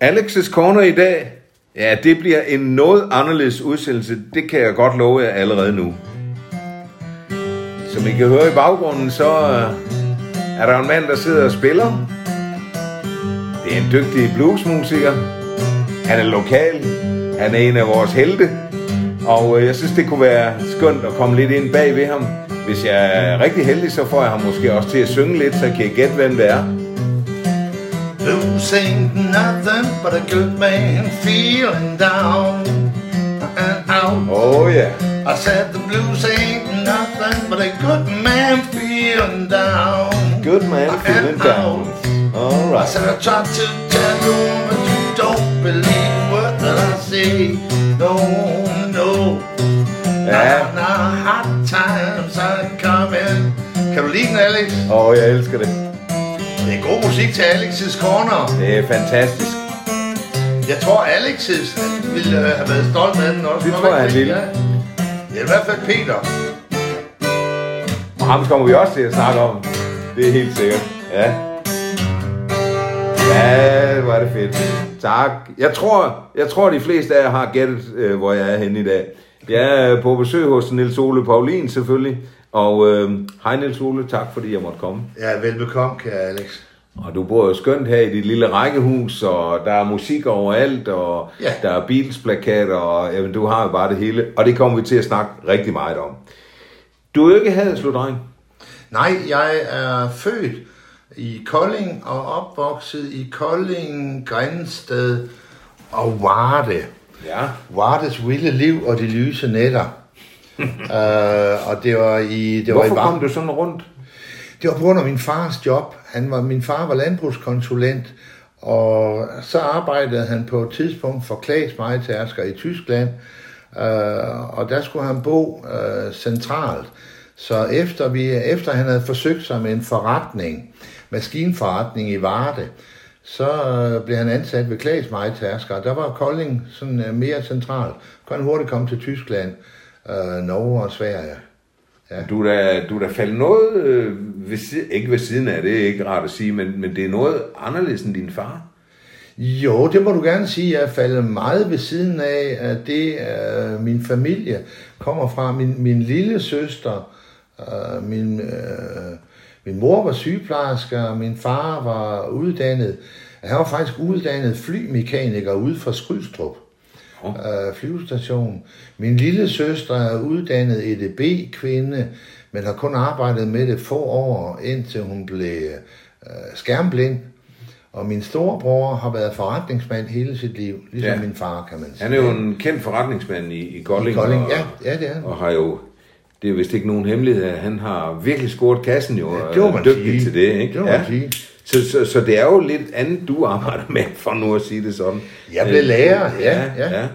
Alex's Corner i dag, ja, det bliver en noget anderledes udsendelse. Det kan jeg godt love jer allerede nu. Som I kan høre i baggrunden, så er der en mand, der sidder og spiller. Det er en dygtig bluesmusiker. Han er lokal. Han er en af vores helte. Og jeg synes, det kunne være skønt at komme lidt ind bag ved ham. Hvis jeg er rigtig heldig, så får jeg ham måske også til at synge lidt, så kan I gætte, hvem det er. Blues ain't nothing but a good man feeling down and out. Oh yeah. I said the blues ain't nothing but a good man feeling down. Good man feeling down. All right. I said I tried to tell you, but you don't believe what that I say. No, no. Ja. Now hot times are coming. Kan du lide den, Alex? Jeg elsker det. Det er god musik til Alex's Corner. Det er fantastisk. Jeg tror, Alex's ville have været stolt af den også. Det tror jeg, han ville. Det er i hvert fald Peter. Og ham kommer vi også til at snakke om. Det er helt sikkert. Ja. Ja, hvor er det fedt. Tak. Jeg tror de fleste af jer har gættet, hvor jeg er henne i dag. Jeg er på besøg hos Niels Ole Paulin selvfølgelig. Og hej Niels Ole, tak fordi jeg måtte komme. Ja, velbekomme, kære Alex. Og du bor jo skønt her i dit lille rækkehus, og der er musik overalt, og ja. Der er Beatles-plakater, og jamen, du har jo bare det hele. Og det kommer vi til at snakke rigtig meget om. Du er jo ikke Haderslev-dreng. Nej, jeg er født i Kolding og opvokset i Kolding, Grænsted og Varde. Ja. Vardes vilde liv og de lyse nætter. Og det var i... Hvorfor kom du sådan rundt? Det var på grund af min fars job. Min far var landbrugskonsulent, og så arbejdede han på et tidspunkt for Claes Mejetærsker i Tyskland, og der skulle han bo centralt. Så efter han havde forsøgt sig med en forretning, maskinforretning i Varde, så blev han ansat ved Claes Mejetærsker, og der var Kolding sådan mere centralt. Så kunne han hurtigt komme til Tyskland, Norge og Sverige. Ja. Du er da faldet noget, ikke ved siden af, det er ikke rart at sige, men det er noget anderledes end din far? Jo, det må du gerne sige. Jeg er faldet meget ved siden af, at det min familie kommer fra. Min lille søster, min mor var sygeplejerske, og min far var uddannet. Han var faktisk uddannet flymekaniker ude fra Skrydstrup. Flyvestation. Min lille søster er uddannet EDB-kvinde, men har kun arbejdet med det få år, indtil hun blev skærmblind. Og min storebror har været forretningsmand hele sit liv, ligesom min far, kan man sige. Han er jo en kendt forretningsmand i Kolding. I Kolding, ja, det er han. Og har jo, det er vist ikke nogen hemmelighed, at han har virkelig scoret kassen jo, det og er dygtig til det, ikke? Det må man sige. Så det er jo lidt andet, du arbejder med, for nu at sige det sådan. Jeg blev lærer, ja.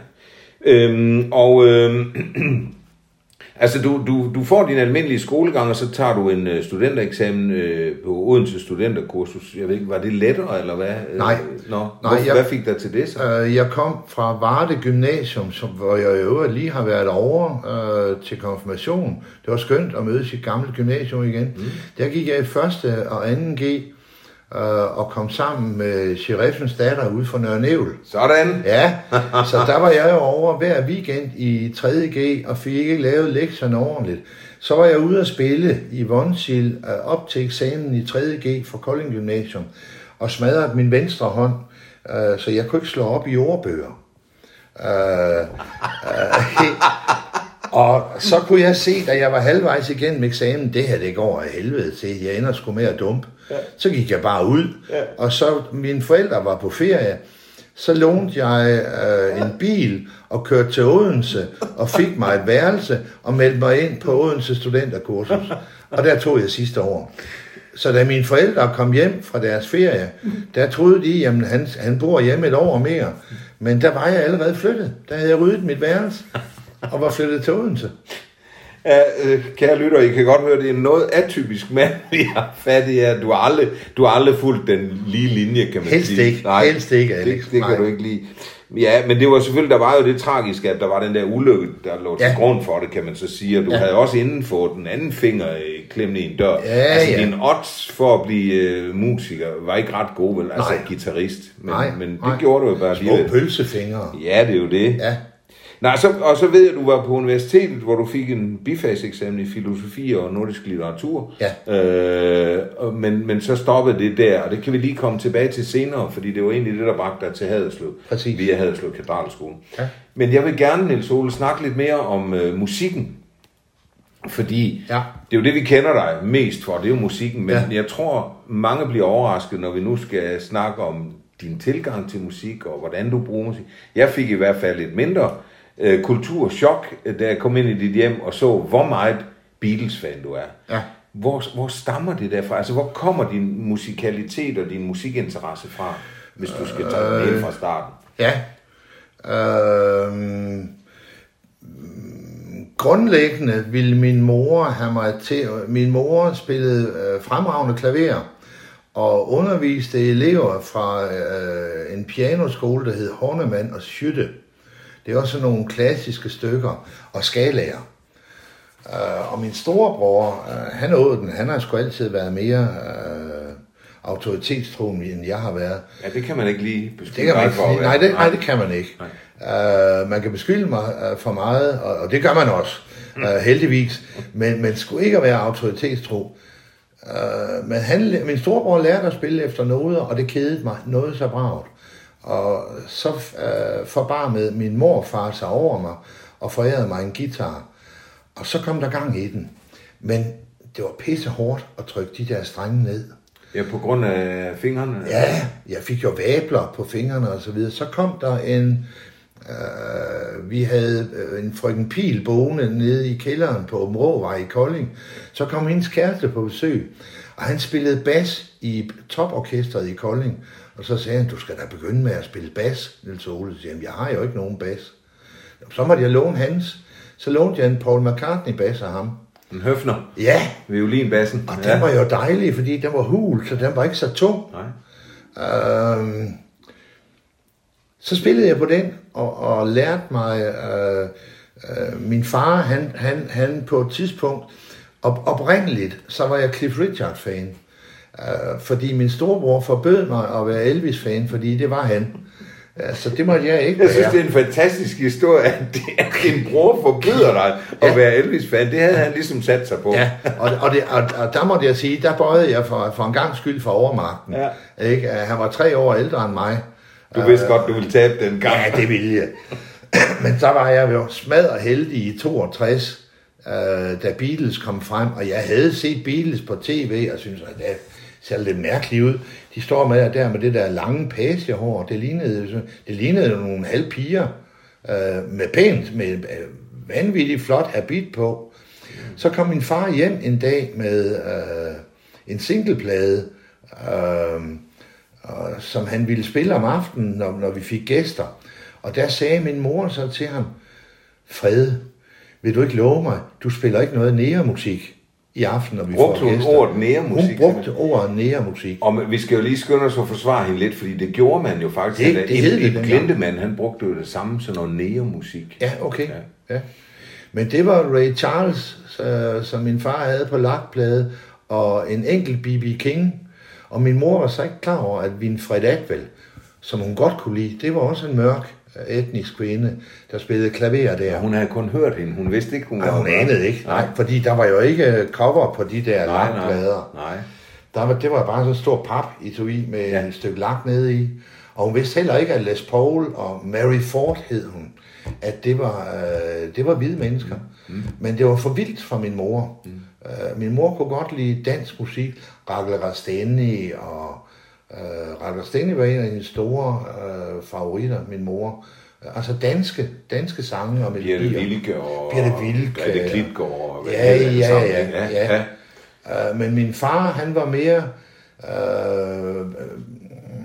Altså du får din almindelige skolegang, og så tager du en studentereksamen på Odense Studenterkursus. Jeg ved ikke, var det lettere, eller hvad? Nej. Hvad fik dig til det så? Jeg kom fra Varde Gymnasium, hvor jeg i øvrigt lige har været over til konfirmation. Det var skønt at møde sit gamle gymnasium igen. Der gik jeg i 1. og 2. G, og kom sammen med sheriffens datter ude fra Nørre Nævl. Sådan. Ja, så der var jeg jo over hver weekend i 3. G, og fik ikke lavet lektierne ordentligt. Så var jeg ude at spille i Vonsild op til eksamen i 3. G fra Kolding Gymnasium, og smadrede min venstre hånd, så jeg kunne ikke slå op i ordbøger. Og så kunne jeg se, da jeg var halvvejs igennem eksamen, det her, det går af helvede til. Jeg ender sgu med at dumpe. Ja. Så gik jeg bare ud, og så mine forældre var på ferie. Så lånte jeg en bil og kørte til Odense og fik mig et værelse og meldte mig ind på Odense Studenterkursus. Og der tog jeg sidste år. Så da mine forældre kom hjem fra deres ferie, der troede de, jamen han bor hjemme et år mere. Men der var jeg allerede flyttet. Der havde jeg ryddet mit værelse og var flyttet til Odense. Ja, kære lytter, I kan godt høre, det er noget atypisk mand, vi har fat i her. Du har aldrig fulgt den lige linje, kan man helst sige. Ikke. Nej, helst ikke, Alex. Det kan du ikke lide. Ja, men det var selvfølgelig, der var jo det tragiske, at der var den der ulykke, der lå til grund for det, kan man så sige. Og du havde også inden fået den anden finger klemt i en dør. Din odds for at blive musiker var ikke ret gode, vel? Altså guitarist. Men det gjorde du jo bare alligevel. Små pølsefingre. Ja, det er jo det. Ja. Nej, så ved jeg, at du var på universitetet, hvor du fik en bifagseksamen i filosofi og nordisk litteratur. Ja. Men så stoppede det der, og det kan vi lige komme tilbage til senere, fordi det var egentlig det, der bragte dig til Haderslev. Præcis. Via Haderslev Katedralskole. Ja. Men jeg vil gerne, Niels Ole, snakke lidt mere om musikken. Fordi det er jo det, vi kender dig mest for, det er jo musikken. Men jeg tror, mange bliver overrasket, når vi nu skal snakke om din tilgang til musik, og hvordan du bruger musik. Jeg fik i hvert fald et mindre kulturschok, da jeg kom ind i dit hjem og så, hvor meget Beatles-fan du er. Ja. Hvor stammer det derfra? Altså, hvor kommer din musikalitet og din musikinteresse fra, hvis du skal tage den helt fra starten? Ja. Grundlæggende ville min mor have mig til. Min mor spillede fremragende klaver og underviste elever fra en pianoskole, der hed Hornemann og Schütte. Det er også sådan nogle klassiske stykker og skalaer. Og min storebror, han åd den. Han har sgu altid været mere autoritetstroen, end jeg har været. Ja, det kan man ikke lige beskylde mig for. Nej, det kan man ikke. Man kan beskylde mig for meget, og det gør man også, heldigvis. Men skulle ikke være autoritetstro. Men min storebror lærte at spille efter noder, og det kedede mig noget så bragt. Og så forbarmede min morfar sig over mig og forærede mig en guitar. Og så kom der gang i den. Men det var pisse hårdt at trykke de der strenge ned. Ja, på grund af fingrene? Ja, jeg fik jo vabler på fingrene og så videre. Så kom der vi havde en frøken Pil boende nede i kælderen på Områvej i Kolding. Så kom hendes kæreste på besøg, og han spillede bas i toporkestret i Kolding. Og så sagde han, du skal da begynde med at spille bas, Niels Ole. Så siger han, jeg har jo ikke nogen bas. Så måtte jeg låne hans. Så lånte jeg en Paul McCartney bas af ham. En Høfner? Ja. Violinbassen? Og den var jo dejlig, fordi den var hul, så den var ikke så tung. Nej. Så spillede jeg på den, og lærte mig, min far, han på et tidspunkt, oprindeligt, så var jeg Cliff Richard-fan. Fordi min storebror forbød mig at være Elvis-fan, fordi det var han. Så det måtte jeg ikke være. Jeg synes, det er en fantastisk historie, at din bror forbyder dig at være Elvis-fan. Det havde han ligesom sat sig på. Ja, og der måtte jeg sige, der bøjede jeg for en gang skyld for overmagten. Ja. Ikke? Han var 3 år ældre end mig. Du vidste godt, du ville tabe den gang. Ja, det ville jeg. Men så var jeg jo smadret heldig i 62, da Beatles kom frem, og jeg havde set Beatles på tv, og synes, at det ser lidt mærkeligt ud. De står med det der lange pagehår. Det lignede nogle halvpiger med vanvittigt flot habit på. Så kom min far hjem en dag med en singleplade, som han ville spille om aftenen, når vi fik gæster. Og der sagde min mor så til ham, Fred, vil du ikke love mig, du spiller ikke noget næremusik i aften, når vi får gæster. Brugte hun ordet næremusik? Hun brugte ordet næremusik. Og vi skal jo lige skynde os at forsvare hende lidt, fordi det gjorde man jo faktisk. Det Glindemann, han brugte jo det samme, sådan noget næremusik. Ja, okay. Ja. Men det var Ray Charles, som min far havde på lakplade, og en enkelt B.B. King. Og min mor var så ikke klar over, at Winfred Atwell, som hun godt kunne lide, det var også en mørk etnisk kvinde, der spillede klaver der. Hun havde kun hørt hende. Hun vidste ikke, hun var... Hun anede ikke. Nej, fordi der var jo ikke cover på de der lakplader. Nej. Det var bare så stor pap i med et stykke lak nede i. Og hun vidste heller ikke, at Les Paul og Mary Ford hed hun, at det var hvide mennesker. Men det var for vildt for min mor. Min mor kunne godt lide dansk musik. Rachel Rasteni, og Rachel Rasteni var en af hendes store favoritter, min mor. Altså danske sange og melodier. Birte Wilke og Grete Klitgaard. Ja. Men min far, han var mere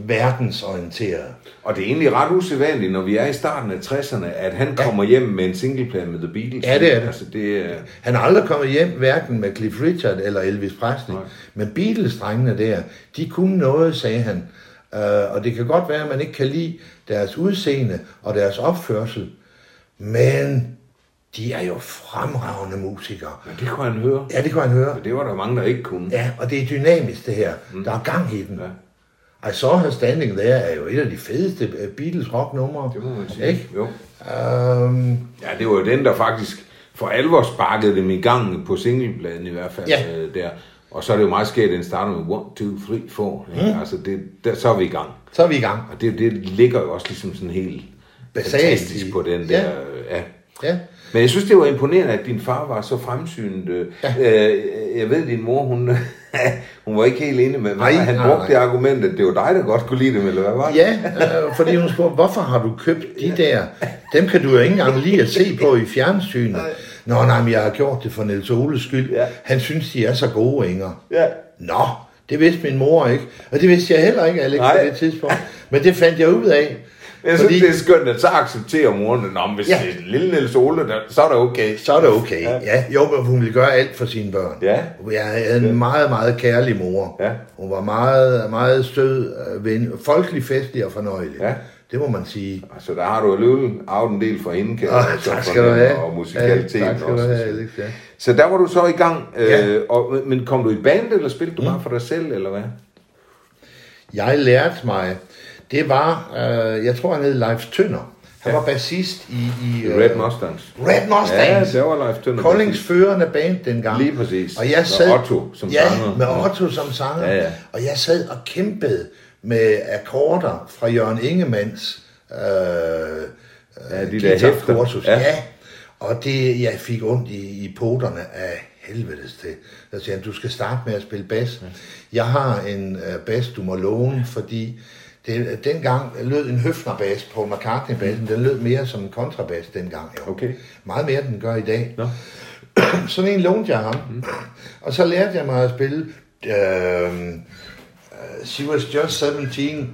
verdensorienteret. Og det er egentlig ret usædvanligt, når vi er i starten af 60'erne, at han kommer hjem med en singleplade med The Beatles. Ja, det er det. Altså, det Han er aldrig kommet hjem, hverken med Cliff Richard eller Elvis Presley. Nej. Men Beatles-drengene der, de kunne noget, sagde han. Og det kan godt være, at man ikke kan lide deres udseende og deres opførsel, men de er jo fremragende musikere. Ja, det kunne han høre. Ja, det kunne han høre. Men det var der mange, der ikke kunne. Ja, og det er dynamisk det her. Der er gang i den. Ja. I Saw Her Standing There er jo et af de fedeste Beatles rocknumre. Det må man sige. Ikke? Jo. Ja, det var jo den, der faktisk for alvor sparkede dem i gang på singlepladen i hvert fald. Ja. Der. Og så er det jo meget sket, at den starter med 1, 2, 3, 4. Altså, så er vi i gang. Så er vi i gang. Og det ligger jo også ligesom sådan helt Basalt fantastisk på den der. Ja. Men jeg synes, det var imponerende, at din far var så fremsynet. Ja. Jeg ved, din mor, hun var ikke helt enig med, hvad han brugte det argument, at det var dig, der godt kunne lide dem, eller hvad var det? Ja, fordi hun spurgte, hvorfor har du købt de der? Dem kan du jo ikke engang lide at se på i fjernsynet. Nej, men jeg har gjort det for Niels Oles skyld. Ja. Han synes, de er så gode, Inger. Ja. Nå, det vidste min mor ikke. Og det vidste jeg heller ikke, Alex, på det tidspunkt. Men det fandt jeg ud af. Jeg synes, det er skønt, at så accepterer moren, at hvis det er lille Niels Ole, så er det okay. Så er det okay, ja. Jo, men hun ville gøre alt for sine børn. Ja. Jeg havde en meget, meget kærlig mor. Ja. Hun var meget, meget sød, folkelig, festlig og fornøjelig. Ja. Det må man sige. Altså, der har du alligevel arvet en del fra hende, tak skal du have. Og musikaliteten tak skal også. Du have, Alex, ja. Så der var du så i gang. Men kom du i band, eller spillede du bare for dig selv, eller hvad? Jeg lærte mig... Det var, jeg tror han hed Leif Tønder. Han var bassist i Red Mustangs. Red Mustangs. Ja, det var Leif Tønder. Koldings førende band dengang. Lige præcis. Og jeg sad, med Otto som sanger. Med Otto som sanger. Ja. Og jeg sad og kæmpede med akkorder fra Jørgen Ingemanns de der hæfter. Ja. Og det, jeg fik ondt i poterne af helvedes til. Så siger han, du skal starte med at spille bas. Jeg har en bas, du må låne, fordi... dengang lød en Høfner-bass på McCartney-bassen, den lød mere som en kontrabass dengang. Jo. Okay. Meget mere, den gør i dag. No. Sådan en lånte jeg ham. Og så lærte jeg mig at spille She Was Just 17.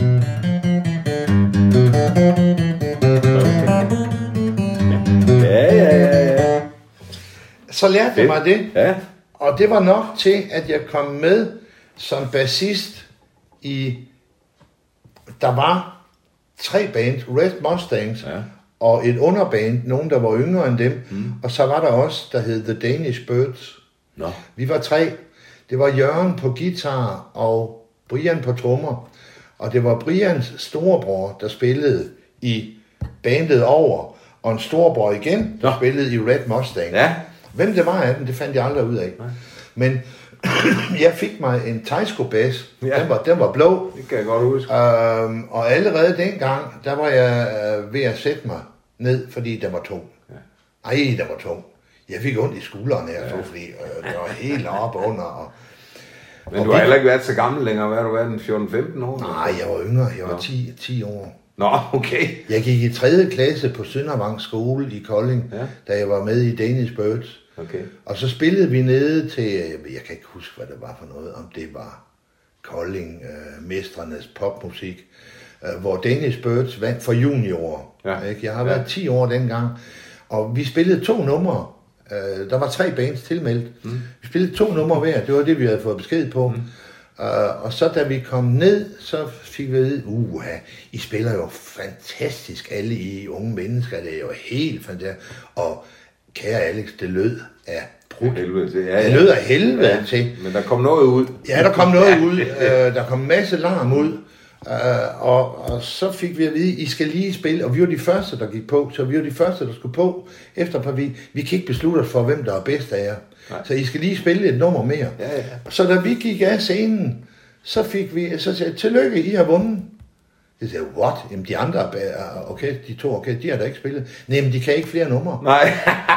Ja. Så lærte jeg mig det. Ja. Og det var nok til, at jeg kom med som bassist i... Der var 3 bands, Red Mustangs, og et underband, nogen der var yngre end dem, og så var der også, der hed The Danish Birds. No. Vi var 3. Det var Jørgen på guitar og Brian på trommer, og det var Brians storebror, der spillede i bandet over, og en storebror igen, der spillede i Red Mustang. Ja. Hvem det var af dem, det fandt jeg aldrig ud af. Nej. Men jeg fik mig en Teisco-bass. Ja. Den var blå. Det kan jeg godt huske. Og allerede dengang, der var jeg ved at sætte mig ned, fordi den var tung. Ja. Den var tung. Jeg fik ondt i skuldrene her, fordi det var helt op under. Men du har heller ikke været så gammel længere. Hvad har du været, 14-15 år? Nej, jeg var yngre. Jeg var 10 år. Nå, okay. Jeg gik i 3. klasse på Søndervang skole i Kolding, da jeg var med i Danish Birds. Okay. Og så spillede vi nede til, jeg kan ikke huske, hvad det var for noget, om det var Kolding, mestrenes popmusik, hvor Danish Birds vandt for juniorer. Ja. Ikke? Jeg har været 10 år dengang, og vi spillede 2 numre. Der var 3 bands tilmeldt. Vi spillede 2 numre hver, det var det, vi havde fået besked på. Og så da vi kom ned, så fik vi at vide, I spiller jo fantastisk, alle I unge mennesker, det er jo helt fantastisk. Og kære Alex, det lød af brudt. Det lød af helvede til. Men der kom noget ud. Ja, der kom noget ud. Der kom en masse larm ud. Og så fik vi at vide, I skal lige spille, og vi var de første, der gik på, så vi var de første, der skulle på, efter vi kan ikke beslutte os for, hvem der er bedst af jer. Nej. Så I skal lige spille et nummer mere. Ja. Så da vi gik af scenen, så sagde tillykke, I har vundet. Jeg sagde, what? Jamen de andre, okay, de 2, okay, de har da ikke spillet. Nej, men de kan ikke flere numre. Nej.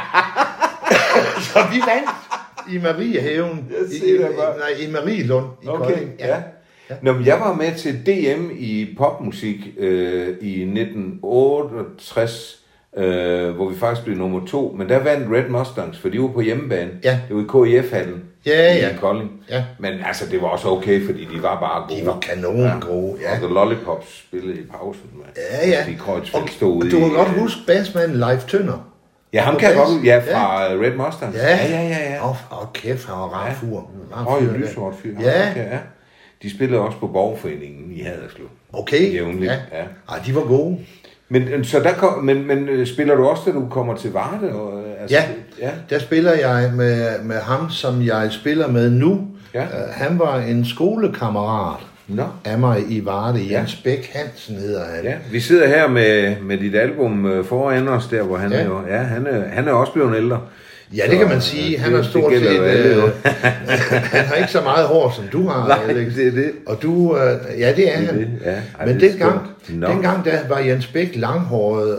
Så vi vandt i Mariehaven. I Marielund i Kolding. Ja. Nå, men jeg var med til DM i popmusik i 1968 hvor vi faktisk blev nummer 2, men der vandt Red Mustangs, for de var på hjemmebane. Ja. Det var i KIF-hallen i Kolding. Ja. Men altså, det var også okay, fordi de var bare gode. De var kanon gode, ja. Og The Lollipops spillede i pausen. Ja. De Kreuzfeldt stod ude. Du kan godt huske bassmanden Leif Tønder. Ja, ham kan jeg godt huske. Ja, fra Red Mustangs. Ja. Og kæft, han var rar fyr. Røg lysort fyr. Ja. De spillede også på Borgerforeningen i Haderslev. Okay. Jævnligt. Ja. Ej, de var gode. Men så men spiller du også, da du kommer til Varde? Og, altså, ja, der spiller jeg med ham, som jeg spiller med nu. Ja. Han var en skolekammerat af mig i Varde. Jens Bæk Hansen hedder han. Ja, vi sidder her med dit album foran os der, hvor han er jo. Ja, han er også blevet ældre. Ja, det kan man sige. Han har stort set... han har ikke så meget hår, som du har. Nej, Alex. Det er det. Og du... ja, det er han. Det. Ja. Ej, men dengang der var Jens Bæk langhåret,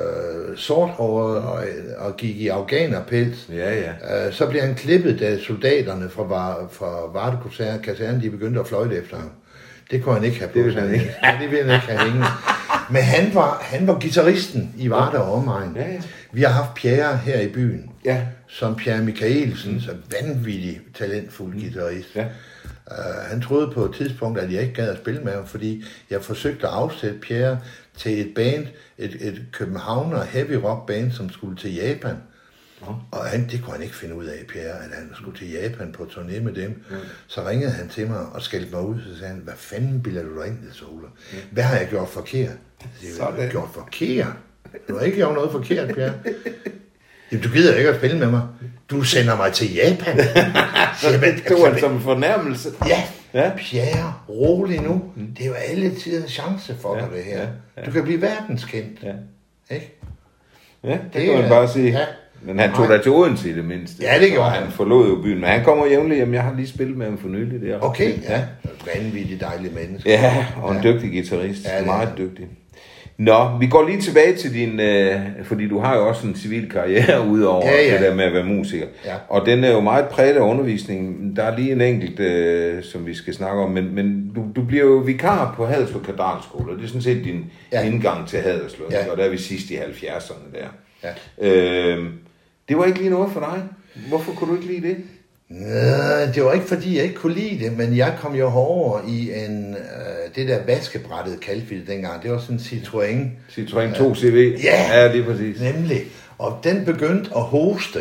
sorthåret og gik i afghanerpels. Ja. Så blev han klippet, da soldaterne fra Varde Kaserne, de begyndte at fløjte efter ham. Det kunne han ikke have på. Det ville han ikke. Det ville han ikke have hængende. Men han var guitaristen i Varde og omegn. Ja. Vi har haft Pierre her i byen. Ja. Som Pierre Michaelsen, så vanvittig talentfuld guitarist. Ja. Han troede på et tidspunkt, at jeg ikke gad at spille med ham, fordi jeg forsøgte at afsætte Pierre til et band, et københavner heavy rock band, som skulle til Japan. Og det kunne han ikke finde ud af, Pierre, at han skulle til Japan på turné med dem. Så ringede han til mig og skældte mig ud, så sagde han, hvad fanden bilder du dig ind, Sola? Hvad har jeg gjort forkert? Jeg har gjort forkert? Du har ikke gjort noget forkert, Pierre. Jamen, du gider ikke at spille med mig. Du sender mig til Japan. Det tog han som en fornærmelse. Ja, Pierre, rolig nu. Det er jo alle tiders chance for dig, det her. Du kan blive verdenskendt. Ikke? Ja, det kan man bare sige. Ja. Men han tog dig til Odense i det mindste. Ja, det gjorde han. Han forlod jo byen, men han kommer jævnligt hjem. Jeg har lige spillet med ham for nylig der. Okay, ja. Vanvittigt dejlig menneske. Ja, og en dygtig guitarist. Ja, meget dygtig. Nå, vi går lige tilbage til din, fordi du har jo også en civil karriere udover det der med at være musiker. Ja. Og den er jo meget præget af undervisningen. Der er lige en enkelt, som vi skal snakke om, men du bliver jo vikar på Haderslev Katedralskole, og det er sådan set din indgang til Haderslev, og der er vi sidst i 70'erne der. Ja. Det var ikke lige noget for dig. Hvorfor kunne du ikke lide det? Det var ikke fordi jeg ikke kunne lide det, men jeg kom jo over i det der vaskebrættet kaldte vi det dengang. Det var sådan en Citroën 2 CV. Ja, det er præcis. Nemlig. Og den begyndte at hoste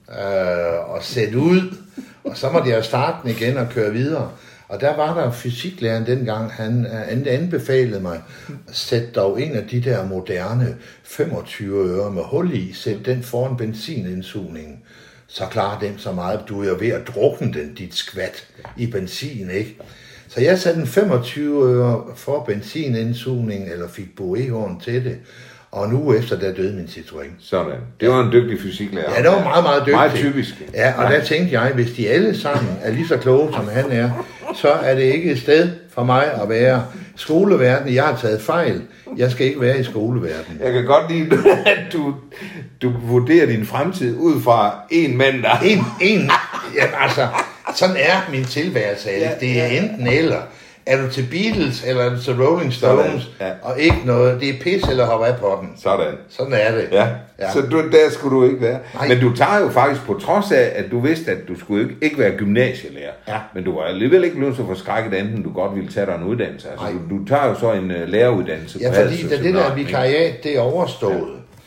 og sætte ud, og så måtte jeg starte den igen og køre videre. Og der var der fysiklæreren dengang, han anbefalede mig at sætte dog en af de der moderne 25 øre med hul i, sætte den foran benzinindsugningen. Så klarer den så meget, du er jo ved at drukne den, dit skvat i benzin, ikke? Så jeg satte en 25 øre for benzinindsugningen, eller fik boehorn til det. Og en uge efter, der døde min Citroën. Sådan. Det var en dygtig fysiklærer. Ja, det var meget, meget dygtig. Meget typisk. Ja, og der tænkte jeg, hvis de alle sammen er lige så kloge, som han er, så er det ikke et sted for mig at være. Skoleverden, jeg har taget fejl. Jeg skal ikke være i skoleverden. Jeg kan godt lide, at du vurderer din fremtid ud fra en mand, der... Jamen altså, sådan er min tilværelse. Det er enten eller. Er du til Beatles, eller er du til Rolling Stones? Og ikke noget. Det er pis, eller hop af på den. Sådan er det. Ja. Så der skulle du ikke være. Nej. Men du tager jo faktisk, på trods af, at du vidste, at du skulle ikke være gymnasielærer. Ja. Men du var alligevel ikke blevet så forskrækket, enten du godt ville tage dig en uddannelse. Altså, du tager jo så en læreruddannelse. Ja, fordi da det der vikariat, det er overstået,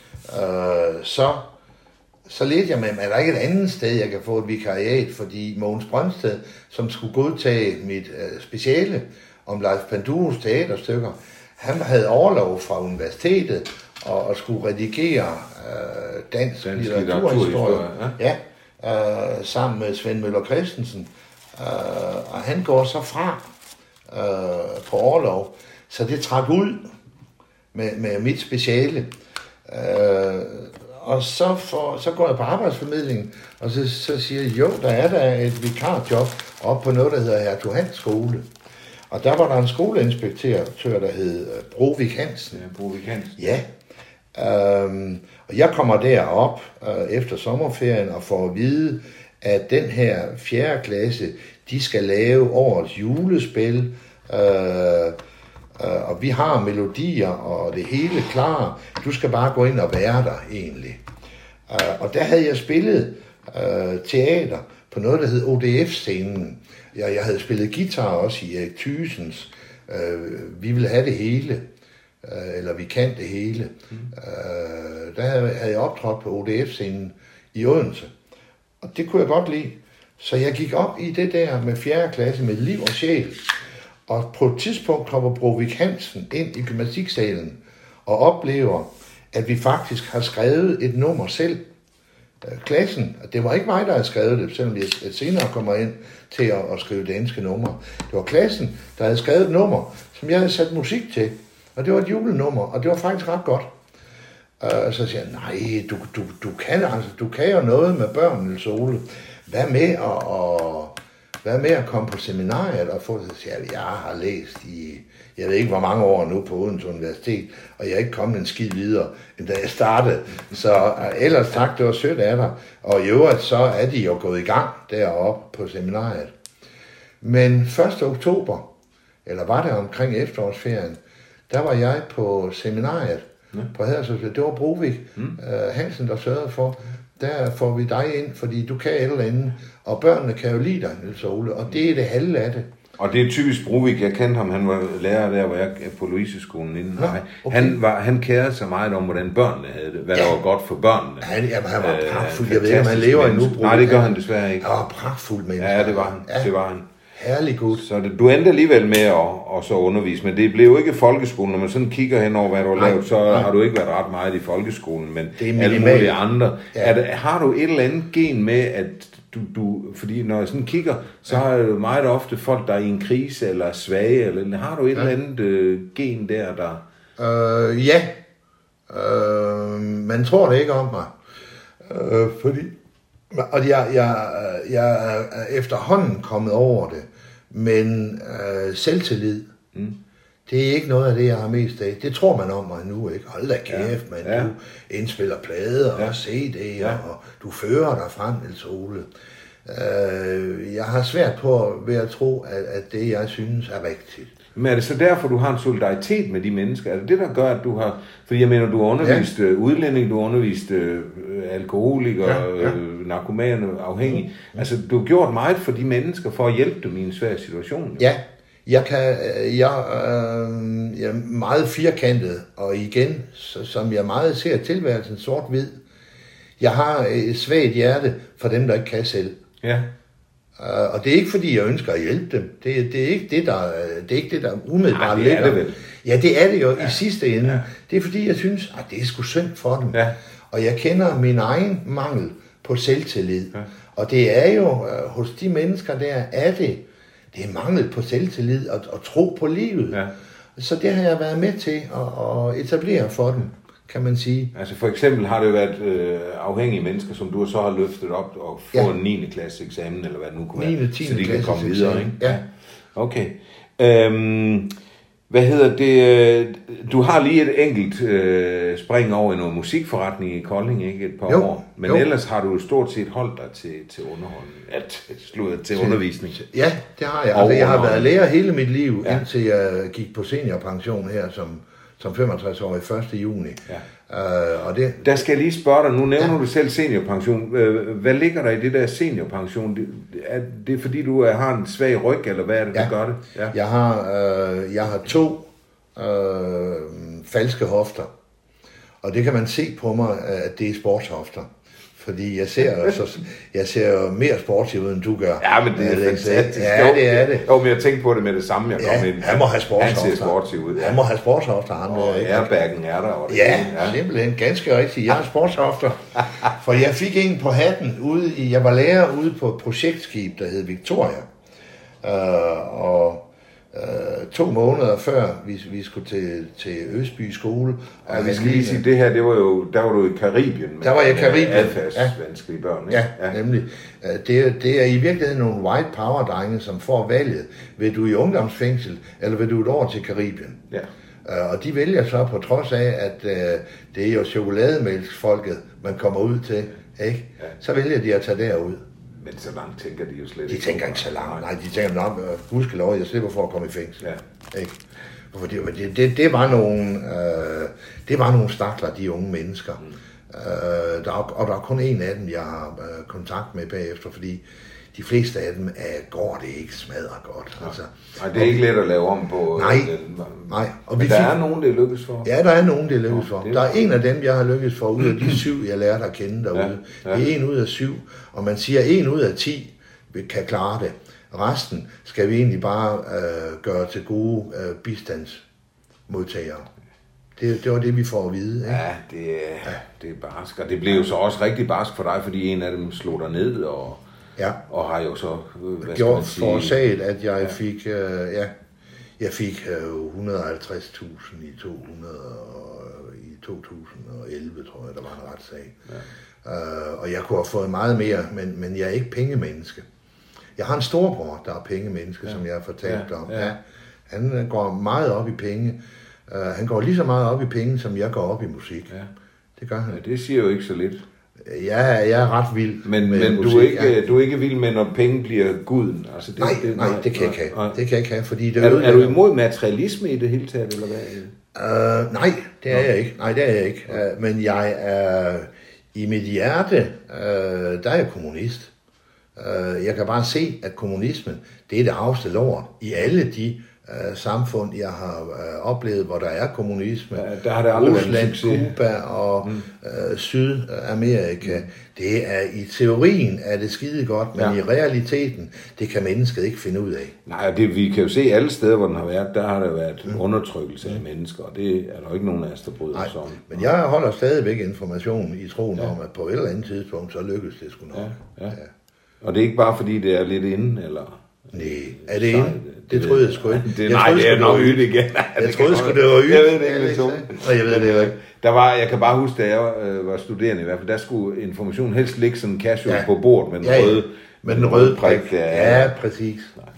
så ledte jeg med, at der ikke er et andet sted, jeg kan få et vikariat, fordi Mogens Brøndsted, som skulle godtage mit speciale om Leif Panduros teaterstykker, han havde overlov fra universitetet og skulle redigere dansk litteraturhistorie. Sammen med Svend Møller Christensen. Og han går så fra på overlov, så det trak ud med mit speciale. Og så går jeg på arbejdsformidlingen, og så siger jeg, jo, der er der et vikarjob oppe på noget, der hedder Hertug Hans skole. Og der var der en skoleinspektør, der hed Brovik Hansen. Ja, Brovik Hansen. Ja. Og jeg kommer derop efter sommerferien og får at vide, at den her 4. klasse, de skal lave årets julespil, og og vi har melodier og det hele klar. Du skal bare gå ind og være der egentlig. Og der havde jeg spillet teater på noget, der hed ODF-scenen. Jeg havde spillet guitar også i Erik Thysens. Vi vil have det hele. Eller vi kan det hele. Der havde jeg optrådt på ODF-scenen i Odense. Og det kunne jeg godt lide. Så jeg gik op i det der med 4. klasse med liv og sjæl. Og på et tidspunkt kommer Brovik Hansen ind i gymnastiksalen og oplever, at vi faktisk har skrevet et nummer selv. Klassen, det var ikke mig, der havde skrevet det, selvom jeg senere kommer ind til at skrive danske numre. Det var klassen, der havde skrevet et nummer, som jeg havde sat musik til. Og det var et julenummer, og det var faktisk ret godt. Så siger jeg, nej, du kan jo noget med børn, Niels Ole. Hvad med at komme på seminariet og få det? Så siger jeg har læst i, jeg ved ikke hvor mange år nu på Odense Universitet, og jeg er ikke kommet en skid videre, end da jeg startede. Så ellers tak, det var sødt af dig. Og i øvrigt, så er de jo gået i gang deroppe på seminariet. Men 1. oktober, eller var det omkring efterårsferien, der var jeg på seminariet på Haderslev. Det var Brovik Hansen, der sørgede for. Der får vi dig ind, fordi du kan et eller andet. Og børnene kan jo lide dig, Niels Ole, og det er det halve af det. Og det er typisk Brovik. Jeg kendte ham, han var lærer der, hvor jeg på Louiseskolen inden mig. Okay. Han kærede sig meget om, hvordan børnene havde det, hvad der var godt for børnene. Han var pragtfuld. Jeg ved ikke, om han lever endnu, Brovik. Nej, det gør han desværre ikke. Han var pragtfuld menneske. Ja, det var han. Ja. Det var han. Herlig gut. Så du endte alligevel med at så undervise, men det blev jo ikke folkeskolen. Når man sådan kigger hen over, hvad du har lavet, så har du ikke været ret meget i folkeskolen, men alle mulige andre. Ja. Har du et eller andet gen med, at du fordi når jeg sådan kigger, så har jo meget ofte folk, der er i en krise eller svage, eller har du et eller andet gen der? Ja. Man tror det ikke om mig. Fordi og jeg er efterhånden kommet over det, men selvtillid, det er ikke noget af det, jeg har mest af. Det tror man om mig nu, ikke? Hold da kæft, man. Du indspiller plader og CD'er, og du fører dig frem, Niels Ole. Jeg har svært på ved at tro, at det, jeg synes, er rigtigt. Men er det så derfor, du har en solidaritet med de mennesker? Er det det, der gør, at du har... Fordi jeg mener, du har undervist udlænding, du har undervist alkoholikere, narkomaner, afhængige. Altså, du har gjort meget for de mennesker, for at hjælpe dem i en svær situation. Ja, jeg er meget firkantet, og igen, som jeg meget ser tilværelsen sort-hvid. Jeg har et svagt hjerte for dem, der ikke kan selv. Ja. Og det er ikke fordi jeg ønsker at hjælpe dem. Det er ikke det der umiddelbart ligger. Det er det vel. Ja, det er det jo i sidste ende. Ja. Det er fordi jeg synes, at det er sgu synd for dem. Ja. Og jeg kender min egen mangel på selvtillid. Ja. Og det er jo hos de mennesker der det er mangel på selvtillid og tro på livet. Ja. Så det har jeg været med til at etablere for dem, kan man sige. Altså for eksempel har det været afhængige mennesker, som du så har løftet op og fået en 9. klasse eksamen, eller hvad det nu kunne være, så de kan komme videre, ikke? Ja. Okay. Hvad hedder det? Du har lige et enkelt spring over i noget musikforretning i Kolding, ikke? Et par år. Men ellers har du stort set holdt dig til underholdning, til undervisning. Ja, det har jeg. Altså, jeg har været lærer hele mit liv, indtil jeg gik på seniorpension her som 65-årig 1. juni. Ja. Og der skal jeg lige spørge dig, nu nævner du selv seniorpension. Hvad ligger der i det der seniorpension? Er det fordi du har en svag ryg, eller hvad er det, der gør det? Ja. Jeg har 2 falske hofter, og det kan man se på mig, at det er sportshofter. Fordi jeg ser jo mere sportsig ud, end du gør. Ja, men det er fantastisk. Ja, det er det. Jo, men jeg tænkte på det med det samme, jeg kom ind. Han må have sportshofter. Han ser sportsig ud. Han må have sportshofter, ham der, ikke? Airbaggen er der. Og det simpelthen. Ganske rigtigt. Jeg har sportshofter. For jeg fik en på hatten jeg var lærer ude på et projektskib, der hed Victoria. Og 2 måneder før vi skulle til Østby skole. Ja, vi skal lige sige, det her, der var du i Karibien. Der var jeg i Karibien. Adfærdsvanskelige børn, ikke? Ja, nemlig. Det er i virkeligheden nogle white power drenge, som får valget. Vil du i ungdomsfængsel, eller vil du et år til Karibien? Ja. Og de vælger så på trods af, at det er jo chokolademælksfolket, man kommer ud til, ikke? Ja. Så vælger de at tage derud. Men så langt tænker de jo slet ikke. De tænker ikke så langt. Nej, de tænker nok, gudskelov, jeg slipper for at komme i fængsel. Ja. Ikke? For det var nogle stakler, de unge mennesker. Og der er kun en af dem, jeg har kontakt med bagefter, fordi de fleste af dem går det ikke smadret godt. Altså. Nej, det er ikke let at lave om på. Nej. Og men der er nogen, det lykkes for. Ja, der er nogen, det lykkes for. Der er en af dem, jeg har lykkes for, ud af de 7, jeg lærte at kende derude. Ja. Det er 1 ud af 7, og man siger, 1 ud af 10 kan klare det. Resten skal vi egentlig bare gøre til gode bistandsmodtagere. Det var det, vi får at vide. Ikke? Ja, det er barsk. Og det blev jo så også rigtig barsk for dig, fordi en af dem slog dig ned og har jo så gjort forårsaget, at jeg fik jeg fik 150.000 i 2011, tror jeg, der var en retssag. Ja. Og jeg kunne have fået meget mere, men jeg er ikke pengemenneske. Jeg har en storbror, der er pengemenneske, som jeg har fortalt om. Ja. Han går meget op i penge. Han går lige så meget op i penge, som jeg går op i musik. Ja. Det gør han. Ja, det siger jo ikke så lidt. Jeg er ret vild men musik. Du er ikke vild med, når penge bliver guden? Altså, nej, det kan jeg ikke have. Det kan jeg ikke have, fordi det er du imod materialisme i det hele taget, eller hvad? Nej, det er jeg ikke. Men jeg er i mit hjerte, der er jeg kommunist. Jeg kan bare se, at kommunismen, det er det arveste lort i alle de samfund, jeg har oplevet, hvor der er kommunisme. Ja, der har det aldrig Rusland, Cuba og Sydamerika. Det er i teorien er det skide godt, men i realiteten, det kan mennesket ikke finde ud af. Nej, vi kan jo se alle steder, hvor den har været, der har der været undertrykkelse af mennesker, og det er der jo ikke nogen af os, der bryder os om. Men jeg holder stadigvæk information i troen om, at på et eller andet tidspunkt, så lykkes det sgu nok. Ja. Og det er ikke bare fordi, det er lidt inde, eller... Nej, er det inde? Det troede jeg sgu ikke. Det er nok ydt igen. Jeg troede sgu, det var ydt. Jeg ved det ikke, jeg ved det ikke. Jeg kan bare huske, da jeg var studerende i hvert fald, der skulle information helst ligge sådan casual på bordet med den røde. Med den røde prik. Ja, præcis.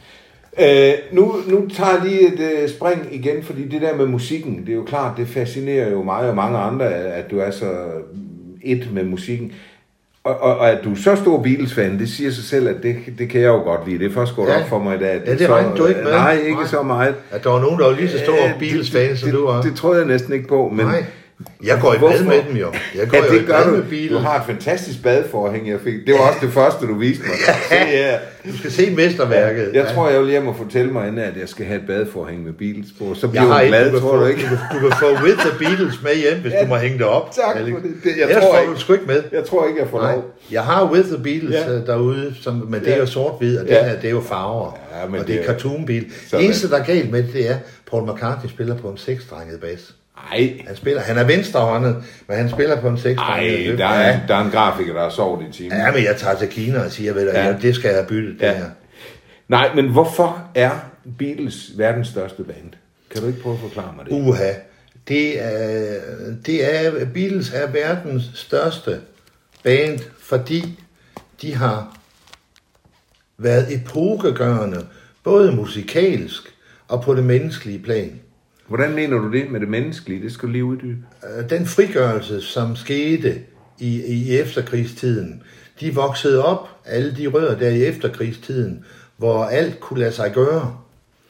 Nu tager jeg lige et spring igen, fordi det der med musikken, det er jo klart, det fascinerer jo mig og mange andre, at du er så et med musikken. Og at du er så stor Beatles-fan, det siger sig selv, at det kan jeg jo godt lide. Det er først gået op for mig i dag. Det regnede du ikke med. Nej, ikke så meget. At der var nogen, der var lige så stor Beatles-fan, som du var. Det tror jeg næsten ikke på. Men nej. Jeg går i bad med dem jo. Jeg går det gør du. Du har et fantastisk badeforhæng, jeg fik. Det var også det første, du viste mig. Du skal se mesterværket. Jeg tror, jeg vil hjem og fortælle mig inden, at jeg skal have et badeforhæng med Beatles på. Så bliver jeg glad, tror du ikke? Du kan få With the Beatles med hjem, hvis du må hænge det op. Tak for det. Jeg tror du sgu ikke med. Jeg tror ikke, jeg får lov. Jeg har With the Beatles derude, men det er jo sort-hvid, og det her, det er jo farver. Ja, og det er cartoon-bil. Det eneste, der er galt med det er, Paul McCartney spiller på en 6-strenget bas. Nej. Han er venstrehåndet, men han spiller på en 6-strenget. Nej, der er en grafiker, der har sovet i timen. Ja, men jeg tager til Kina og siger, at det skal jeg have byttet, det her. Nej, men hvorfor er Beatles verdens største band? Kan du ikke prøve at forklare mig det? Beatles er verdens største band, fordi de har været epokegørende, både musikalsk og på det menneskelige plan. Hvordan mener du det med det menneskelige? Det skal du lige uddybe. Den frigørelse, som skete i efterkrigstiden, de voksede op, alle de rødder der i efterkrigstiden, hvor alt kunne lade sig gøre.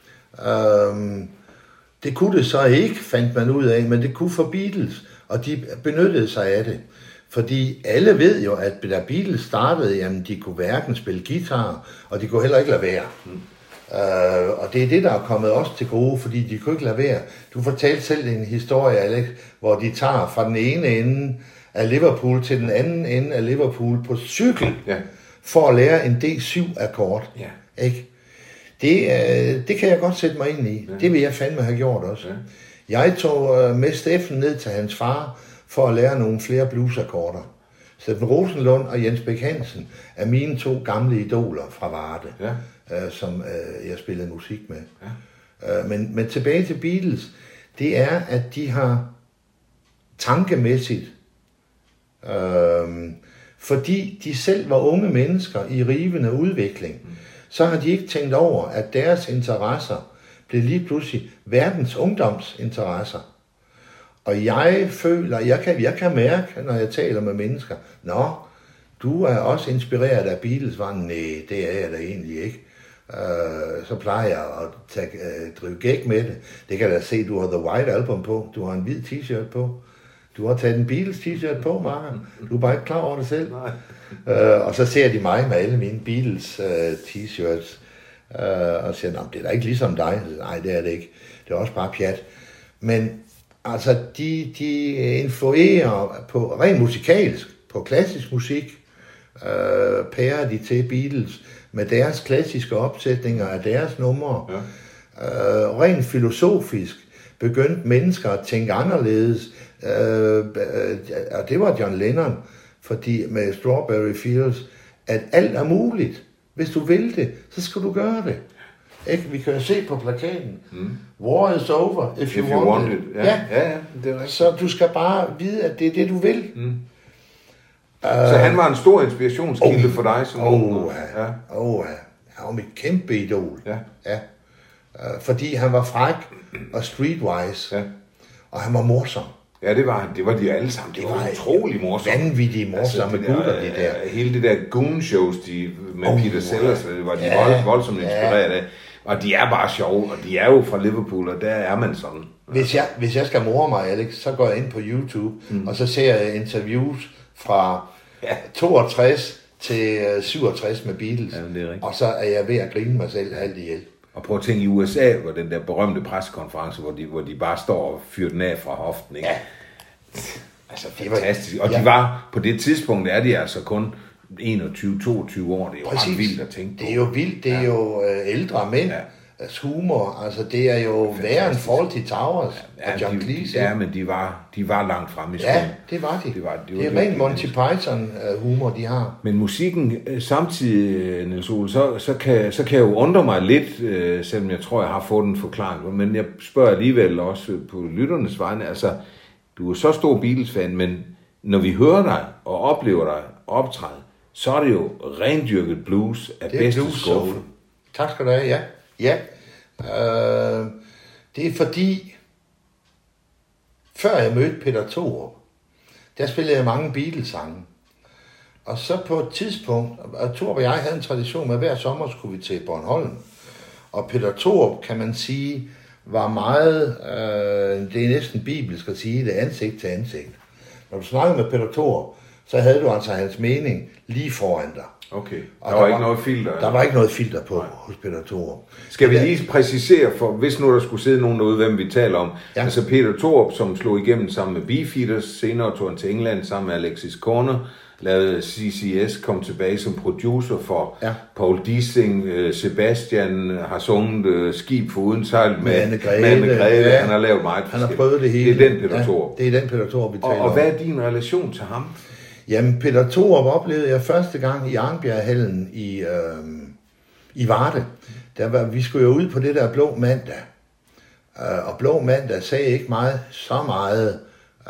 Det kunne det så ikke, fandt man ud af, men det kunne for Beatles, og de benyttede sig af det. Fordi alle ved jo, at da Beatles startede, jamen de kunne hverken spille guitar, og de kunne heller ikke lade være. Og det er det, der er kommet os til gode, fordi de kunne ikke lade være. Du fortalte selv en historie, Alex, hvor de tager fra den ene ende af Liverpool til den anden ende af Liverpool på cykel, for at lære en D7-akkord. Ja. Ikke? Det kan jeg godt sætte mig ind i. Ja. Det vil jeg fandme have gjort også. Ja. Jeg tog med Steffen ned til hans far for at lære nogle flere bluesakkorder. Steffen Rosenlund og Jens Bæk Hansen er mine 2 gamle idoler fra Varde, som jeg spillede musik med. Ja. Men tilbage til Beatles, det er, at de har tankemæssigt, fordi de selv var unge mennesker i rivende udvikling, så har de ikke tænkt over, at deres interesser blev lige pludselig verdens ungdomsinteresser. Og jeg føler, jeg kan mærke, når jeg taler med mennesker, nå, du er også inspireret af Beatles, nej, det er jeg da egentlig ikke. så plejer jeg at drive gæk med det. Det kan jeg da se, du har The White Album på. Du har en hvid t-shirt på. Du har taget en Beatles t-shirt på, Marker. Du er bare ikke klar over det selv. Og så ser de mig med alle mine Beatles t-shirts. Og siger, det er da ikke ligesom dig. Nej, det er det ikke. Det er også bare pjat. Men altså, de influerer på rent musikalsk, på klassisk musik, pærer de til Beatles med deres klassiske opsætninger af deres numre. Ja. Rent filosofisk begyndte mennesker at tænke anderledes. Og det var John Lennon, fordi med Strawberry Fields, at alt er muligt. Hvis du vil det, så skal du gøre det. Ikke? Vi kan jo se på plakaten. War is over, if you want it. Ja, det er rigtigt. Så du skal bare vide, at det er det, du vil. Så han var en stor inspirationskilde for dig som ung? Han var mit kæmpe idol. Ja. Fordi han var fræk og streetwise, og han var morsom. Ja, det var de alle sammen. Det var utrolig morsomme. Vanvittige morsomme gutter, de der. Hele det der goon-shows med Peter Sellers, var de voldsomt inspireret af. Og de er bare sjove, og de er jo fra Liverpool, og der er man sådan. Hvis jeg skal more mig, Alex, så går jeg ind på YouTube, og så ser jeg interviews fra 62 til 67 med Beatles. Ja, og så er jeg ved at grine mig selv halvt ihjel. Og prøv at tænke i USA, hvor den der berømte pressekonference, hvor de bare står og fyrer den af fra hoften, ikke? Ja. Altså fantastisk. Og de var, på det tidspunkt er de altså kun 21-22 år. Det er jo ret vildt at tænke på. Det er jo vildt. Det er jo ældre mænd. Humor, altså det er jo værre end Fawlty Towers og John Cleese. Ja, men de var langt fremme i skolen. Ja, det var de. Det er rent Monty Python humor, de har. Men musikken samtidig, Niels Ole, så kan jeg jo undre mig lidt, selvom jeg tror, jeg har fået en forklaring. Men jeg spørger alligevel også på lytternes vegne. Altså, du er så stor Beatles-fan, men når vi hører dig og oplever dig optræde, så er det jo rendyrket blues af bedste skuffe. Tak skal du have, ja. Det er fordi, før jeg mødte Peter Thorup, der spillede jeg mange Beatles-sange. Og så på et tidspunkt, og Thorup og jeg havde en tradition med, hver sommer skulle vi til Bornholm. Og Peter Thorup, kan man sige, var meget, det er næsten bibelsk at sige det, ansigt til ansigt. Når du snakkede med Peter Thorup, så havde du altså hans mening lige foran dig. Okay, der var ikke noget filter? Der var ikke noget filter på hos Peter Thorup. Skal vi lige præcisere, for hvis nu der skulle sidde nogen derude, hvem vi taler om. Ja. Altså Peter Thorup, som slog igennem sammen med Beefeaters, senere tog han til England sammen med Alexis Corner, lavede CCS, kom tilbage som producer for Paul Dissing, Sebastian har sunget Skib for uden sejl med Anne Grete. Han har lavet meget forskelligt. Han har prøvet det hele. Det er den Peter Thorup. Det er den Peter Thorup, vi taler om. Og hvad er din relation til ham? Jamen, Peter Thorup oplevede jeg første gang i Arnbjerghallen i Varde. Vi skulle jo ud på det der Blå Mandag. Og Blå Mandag sagde ikke så meget.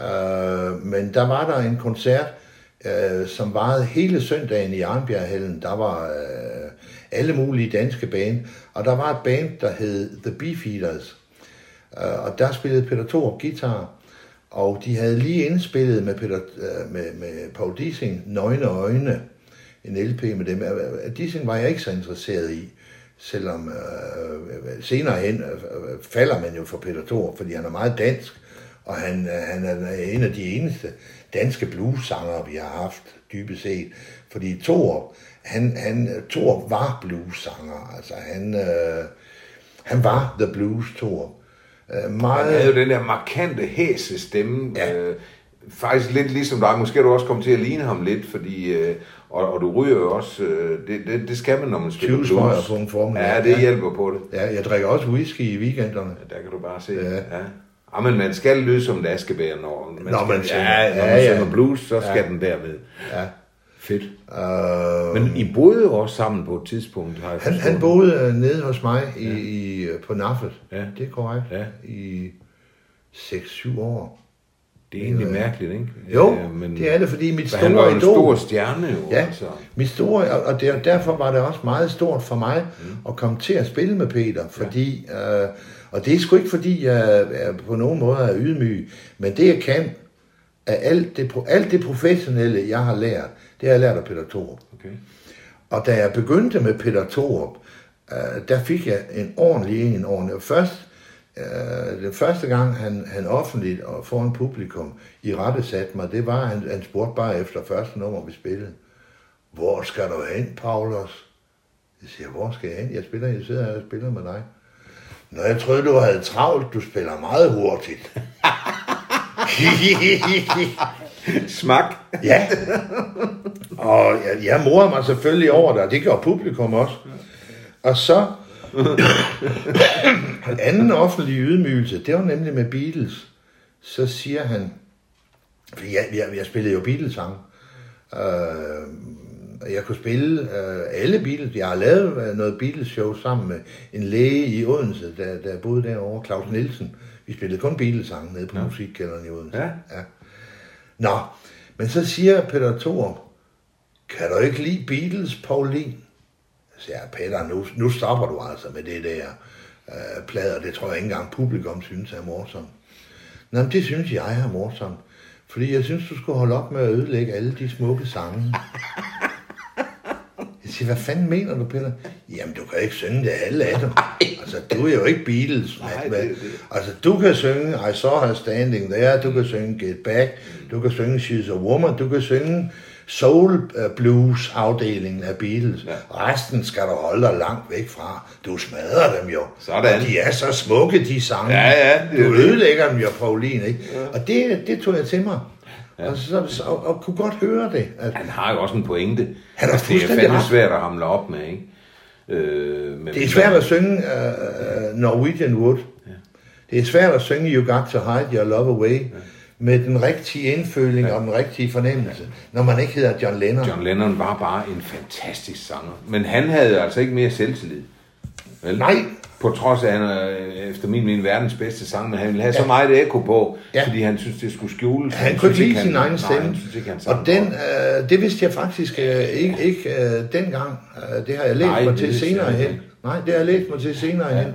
Men der var der en koncert, som varede hele søndagen i Arnbjerghallen. Der var alle mulige danske band. Og der var et band, der hed The Beefeaters. Og der spillede Peter Thorup guitar. Og de havde lige indspillet med Paul Dissing, Nøgne Øjne, en LP med dem. Dissing var jeg ikke så interesseret i, selvom senere hen falder man jo for Peter Thorup, fordi han er meget dansk, og han er en af de eneste danske blues-sangere, vi har haft, dybest set. Fordi Thorup var blues-sanger, altså han var the blues Thorup. Han havde jo den der markante hæse stemme, faktisk lidt ligesom dig. Måske er du også kommet til at ligne ham lidt, fordi og du ryger jo også. Det skal man, når man spiller blues. 20 smøger på en formel. Ja, det hjælper på det. Ja, jeg drikker også whisky i weekenderne. Ja, der kan du bare se. Ja, men man skal lyde som en askebær, når man synger blues, så skal den derved. Ja. Fedt. Men I boede jo også sammen på et tidspunkt. Han boede nede hos mig på Naffet. Ja. Det er korrekt. Ja. I 6-7 år. Det er egentlig mærkeligt, ikke? Jo, men det er det, fordi mit store idol... Han var en stor stjerne jo. Ja, altså. Mit store... Og derfor var det også meget stort for mig at komme til at spille med Peter, fordi... og det er sgu ikke, fordi jeg på nogen måde er ydmyg, men det jeg kan, af alt det professionelle, jeg har lært, det har jeg lært af Peter Thorup. Okay. Og da jeg begyndte med Peter Thorup, der fik jeg en ordentlig. Den første gang, han offentligt og foran publikum i rette satte mig, det var, han spurgte bare efter første nummer, vi spillede. Hvor skal du hen, Paulus? Jeg siger, hvor skal jeg hen? Jeg sidder her og spiller med dig. Nå, jeg troede, du havde travlt. Du spiller meget hurtigt. Smak. Ja. Og jeg morede mig selvfølgelig over det, og det gjorde publikum også. Og så anden offentlig ydmygelse, det var nemlig med Beatles. Så siger han, for jeg spillede jo Beatles-sange. Jeg kunne spille alle Beatles. Jeg har lavet noget Beatles-show sammen med en læge i Odense, der boede derovre, Claus Nielsen. Vi spillede kun Beatles-sange nede på musikkælderen i Odense. Ja. Nå, men så siger Peter Thorup, kan du ikke lide Beatles, Paulin? Så siger jeg, Peter, nu stopper du altså med det der plader. Det tror jeg ikke engang publikum synes er morsomt. Nå, men det synes jeg er morsomt. Fordi jeg synes, du skulle holde op med at ødelægge alle de smukke sange. Jeg siger, hvad fanden mener du, Peter? Jamen, du kan ikke synge det alle af dem. Altså, du er jo ikke Beatles. Altså, du kan synge I Saw Her Standing There, du kan synge Get Back, du kan synge She's a Woman, du kan synge Soul Blues afdelingen af Beatles. Ja. Resten skal du holde dig langt væk fra. Du smadrer dem jo. Sådan. Og de er så smukke, de sange. Ja, du ødelægger dem jo, Paulin, ikke? Ja. Og det tog jeg til mig. Ja. Og kunne godt høre det. Han har jo også en pointe. Han det er fandme svært at hamle op med, ikke? Det er svært at synge Norwegian Wood. Ja. Det er svært at synge You Got to Hide Your Love Away med den rigtige indføling og den rigtige fornemmelse, når man ikke hedder John Lennon. John Lennon var bare en fantastisk sanger. Men han havde altså ikke mere selvtillid. Vel? Nej. På trods af, at han efter min verdens bedste sang, men han ville have så meget ekko på, fordi han synes, det skulle skjules. Han kunne ikke lide sin egen stemme. Og det vidste jeg faktisk ikke dengang. Det har jeg læst mig til senere hen. Nej, det har jeg læst mig til senere hen.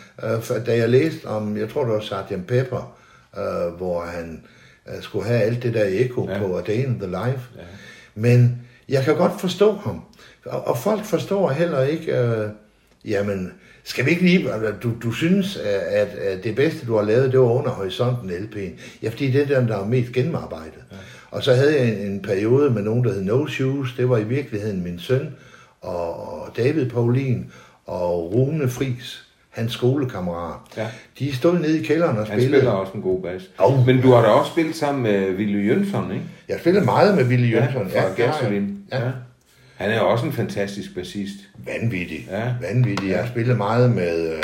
Da jeg læste om, jeg tror det var Sgt. Pepper, hvor han skulle have alt det der ekko på A Day in the Life. Ja. Men jeg kan godt forstå ham. Og folk forstår heller ikke, jamen, skal vi ikke lige, du synes, at det bedste, du har lavet, det var Under Horisonten LP'en. Ja, fordi det er den, der er mest gennemarbejdet. Ja. Og så havde jeg en periode med nogen, der hed No Shoes. Det var i virkeligheden min søn, og David Paulin, og Rune Friis, hans skolekammerat. Ja. De stod nede i kælderen og spillede. Han spiller også en god bas. Men du har da også spillet sammen med Willy Jønsson, ikke? Jeg spillede meget med Willy Jønsson. Ja, fra Gasolin. Ja. Han er også en fantastisk bassist. Vanvittig. Jeg har spillet meget med,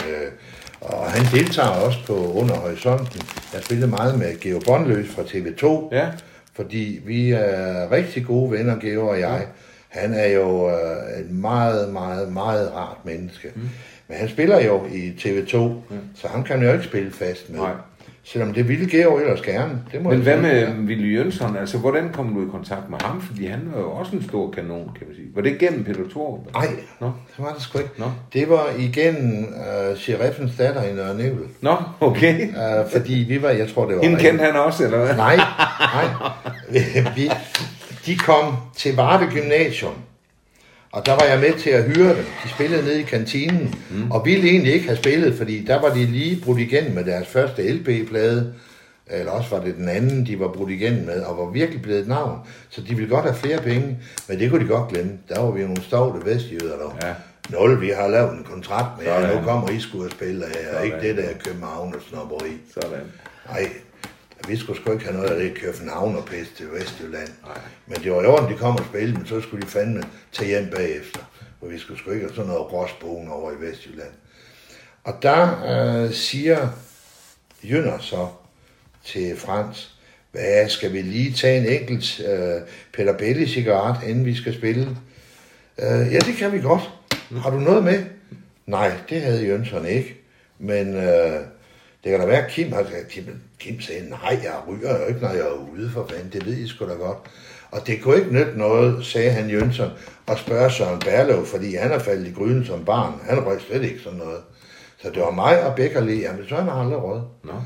og han deltager også på Under Horisonten. Jeg har spillet meget med Georg Båndløs fra TV2, fordi vi er rigtig gode venner, Georg og jeg. Han er jo et meget, meget, meget rart menneske. Men han spiller jo i TV2, så ham kan man jo ikke spille fast med. Nej. Selvom det ville Georg ellers gerne. Men hvad med Willy Jønsson? Altså, hvordan kom du i kontakt med ham? Fordi han var jo også en stor kanon, kan man sige. Var det gennem Peter Thorup? Nej, det var det sgu ikke. Det var igennem Sheriffens datter i Nørre Nebel. Nå, okay. Fordi vi var, jeg tror det var... Hende kendte han også, eller hvad? Nej. De kom til Varde Gymnasium. Og der var jeg med til at hyre dem. De spillede nede i kantinen, og ville egentlig ikke have spillet, fordi der var de lige brudt igennem med deres første LP-plade, eller også var det den anden, de var brudt igennem med, og var virkelig blevet et navn. Så de ville godt have flere penge, men det kunne de godt glemme. Der var vi nogle stovte vestjyder der. Ja. 0, vi har lavet en kontrakt med jer, nu kommer I sgu at spille her, ikke det der København og snobberi. Sådan. Nej. Vi skulle sgu ikke have noget af det København og pisse til Vestjylland. Nej. Men det var i orden, de kom og spille, men så skulle de fandme tage hjem bagefter. For vi skulle sgu ikke have sådan noget råsbogen over i Vestjylland. Og der siger Jønner så til Frans, hvad skal vi lige tage en enkelt Peter Belli cigaret, inden vi skal spille? Ja, det kan vi godt. Har du noget med? Nej, det havde Jønsson ikke. Men det kan da være, Kim sagde, nej, jeg ryger jo ikke, når jeg er ude for fanden. Det ved I sgu da godt. Og det kunne ikke nytte noget, sagde han Jønsson, og spørge Søren Berlov, fordi han er faldet i gryden som barn. Han røg slet ikke sådan noget. Så det var mig og Beckerli. Jamen, så han har aldrig røget.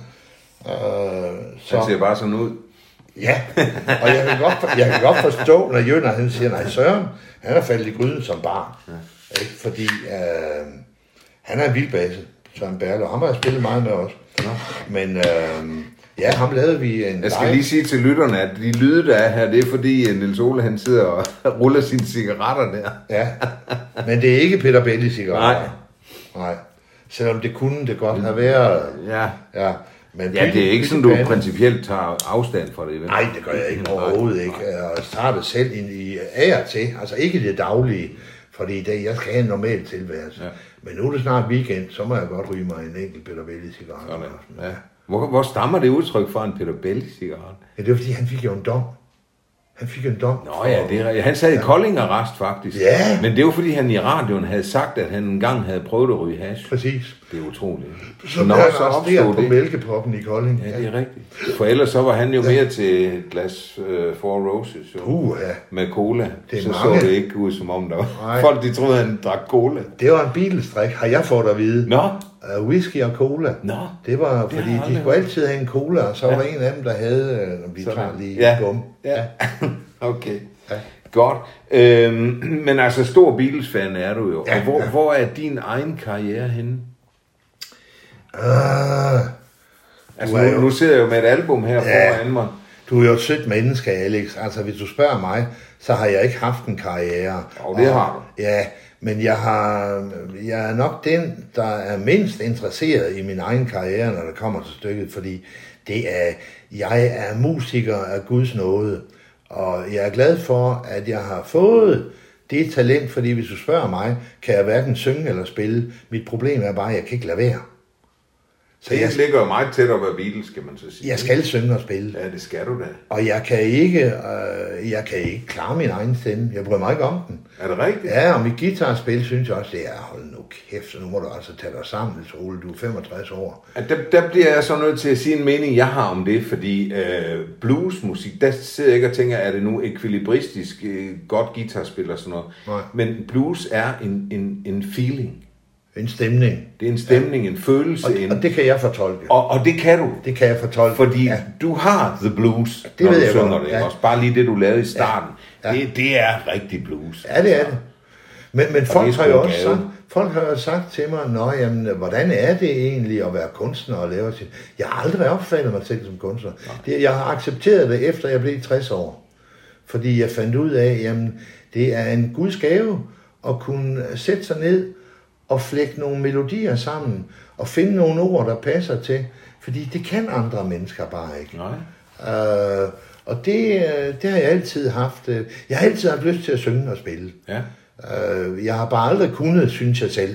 Så han ser bare sådan ud. Ja, og jeg kan godt forstå, når Jønner han siger, nej, Søren, han er faldet i gryden som barn. Ja. Ikke? Fordi Han er en vildbase, Søren Berle, og ham har jeg spillet meget med også. Nå. Men ja, ham lavede vi en Jeg skal lige sige til lytterne, at de lyde, der er her, det er fordi Niels Ole, han sidder og ruller sine cigaretter der. Ja, men det er ikke Peter Belli cigaretter. Nej. Selvom det kunne det godt have været. Ja. Men ja, det er ikke sådan, du principielt tager afstand fra det, vel? Nej, det gør jeg ikke overhovedet ikke. Jeg starter selv ind i af og til, altså ikke det daglige, fordi i dag, jeg skal have en normal tilværelse. Ja. Men nu er det snart weekend, så må jeg godt ryge mig en enkelt Peter Belli cigaret. Ja. Hvor stammer det udtryk fra en Peter Belli cigaret? Ja, det var fordi, han fik jo en dom. Nå ja, det er, han sad i Kolding-arrest faktisk. Ja. Men det var fordi, han i radioen havde sagt, at han engang havde prøvet at ryge hash. Præcis. Det er utroligt. Så blev han arresteret på Mælkepoppen i Kolding. Ja, det er rigtigt. For ellers så var han jo mere til et glas Four Roses med cola. Så det ikke ud som om der var. Folk de troede, han drak cola. Det var en Beatles-drik, har jeg fået at vide. Nå. Whisky og cola. Nå. Det var, fordi de skulle altid have en cola, og så var en af dem, der havde, når vi tager lige gum. Ja. Okay. Ja. Godt. Men altså, stor Beatles-fan er du jo. Ja, og hvor er din egen karriere henne? Altså, nu sidder jeg jo med et album her foran mig. Du er jo et sødt menneske, Alex. Altså, hvis du spørger mig, så har jeg ikke haft en karriere. Og det har du. Ja, men jeg er nok den, der er mindst interesseret i min egen karriere, når det kommer til stykket, fordi jeg er musiker af Guds nåde. Og jeg er glad for, at jeg har fået det talent, fordi hvis du spørger mig, kan jeg hverken synge eller spille. Mit problem er bare, at jeg kan ikke lade være. Så jeg ligger jo meget tæt op ad Beatles, skal man så sige. Jeg skal synge og spille. Ja, det skal du da. Og jeg kan ikke klare min egen stemme. Jeg bryder mig ikke om den. Er det rigtigt? Ja, og mit guitarspil synes jeg også, det er, hold nu kæft, så nu må du altså tage dig sammen, Ole, du er 65 år. Der bliver jeg så nødt til at sige en mening, jeg har om det, fordi bluesmusik, der sidder jeg ikke og tænker, er det nu ekvilibristisk godt guitarspil og sådan noget. Nej. Men blues er en feeling. En stemning. Det er en stemning, en følelse. Og det kan jeg fortolke. Og det kan du. Det kan jeg fortolke. Fordi du har the blues, det når ved du jeg synger godt. det. Ja. Også bare lige det, du lavede i starten. Ja. Det er rigtig blues. Ja, det er det. Men folk har jo også sagt til mig, hvordan er det egentlig at være kunstner og lave sin... Jeg har aldrig opfattet mig selv som kunstner. Jeg har accepteret det, efter jeg blev 60 år. Fordi jeg fandt ud af, jamen, det er en Guds gave at kunne sætte sig ned og flække nogle melodier sammen, og finde nogle ord, der passer til, fordi det kan andre mennesker bare ikke. Nej. Og det har jeg altid haft. Jeg har altid haft lyst til at synge og spille. Ja. Jeg har bare aldrig kunnet, synes jeg selv.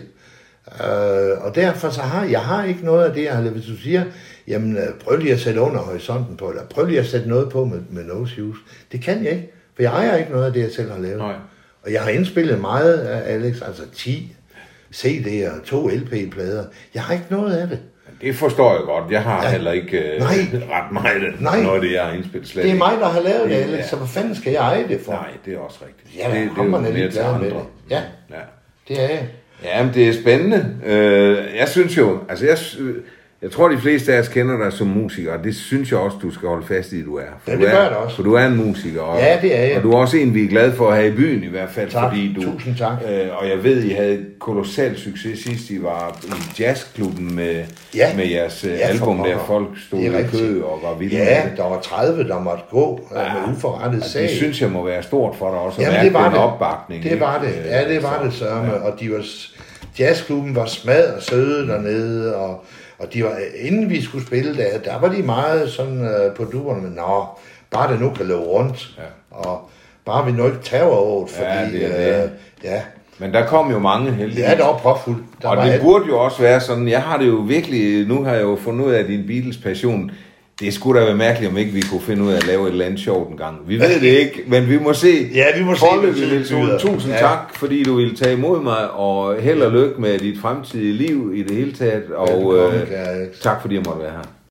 Og derfor så har ikke noget af det, jeg har lavet. Hvis du siger, jamen prøv lige at sætte under horisonten på, eller prøv lige at sætte noget på med No Shoes. Det kan jeg ikke, for jeg ejer ikke noget af det, jeg selv har lavet. Nej. Og jeg har indspillet meget af Alex, altså 10 CD'er, 2 LP-plader. Jeg har ikke noget af det. Det forstår jeg godt. Jeg har heller ikke ret meget noget af det, jeg har indspillet slet. Det er mig, der har lavet det, Alex, så hvad fanden skal jeg eje det for? Nej, det er også rigtigt. Ja, det er lidt glad med det. Ja, det er jeg. Ja, men det er spændende. Jeg synes jo, altså jeg tror, de fleste af os kender dig som musiker, og det synes jeg også, du skal holde fast i, du er. Ja, det gør det også. For du er en musiker. Og, ja, det er jeg. Og du er også en, vi er glade for at have i byen i hvert fald. Tak. Fordi du, tusind tak. Og jeg ved, I havde kolossal succes sidst, I var i jazzklubben med jeres album, der folk stod i kø og var vilde. Ja, der var 30, der måtte gå med uforrettet sag. Det synes jeg må være stort for dig også, at mærke den opbakning. Det var det. Ja, det var det, sørme. Og jazzklubben var smad og søde dernede, og de var, inden vi skulle spille der var de meget sådan på duerne, men bare det nu kan løbe rundt, og bare vi nu ikke tager over, fordi, Men der kom jo mange heldigvis. Ja, der var propfuldt. Og det burde jo også være sådan, jeg har det jo virkelig, nu har jeg jo fundet ud af din Beatles passion. Det skulle da være mærkeligt, om ikke vi kunne finde ud af at lave et eller andet sjovt en gang. Vi ved det ikke, men vi må se. Ja, vi må se. Tusind tak, fordi du ville tage imod mig, og held og lykke med dit fremtidige liv i det hele taget. Og tak fordi jeg måtte være her.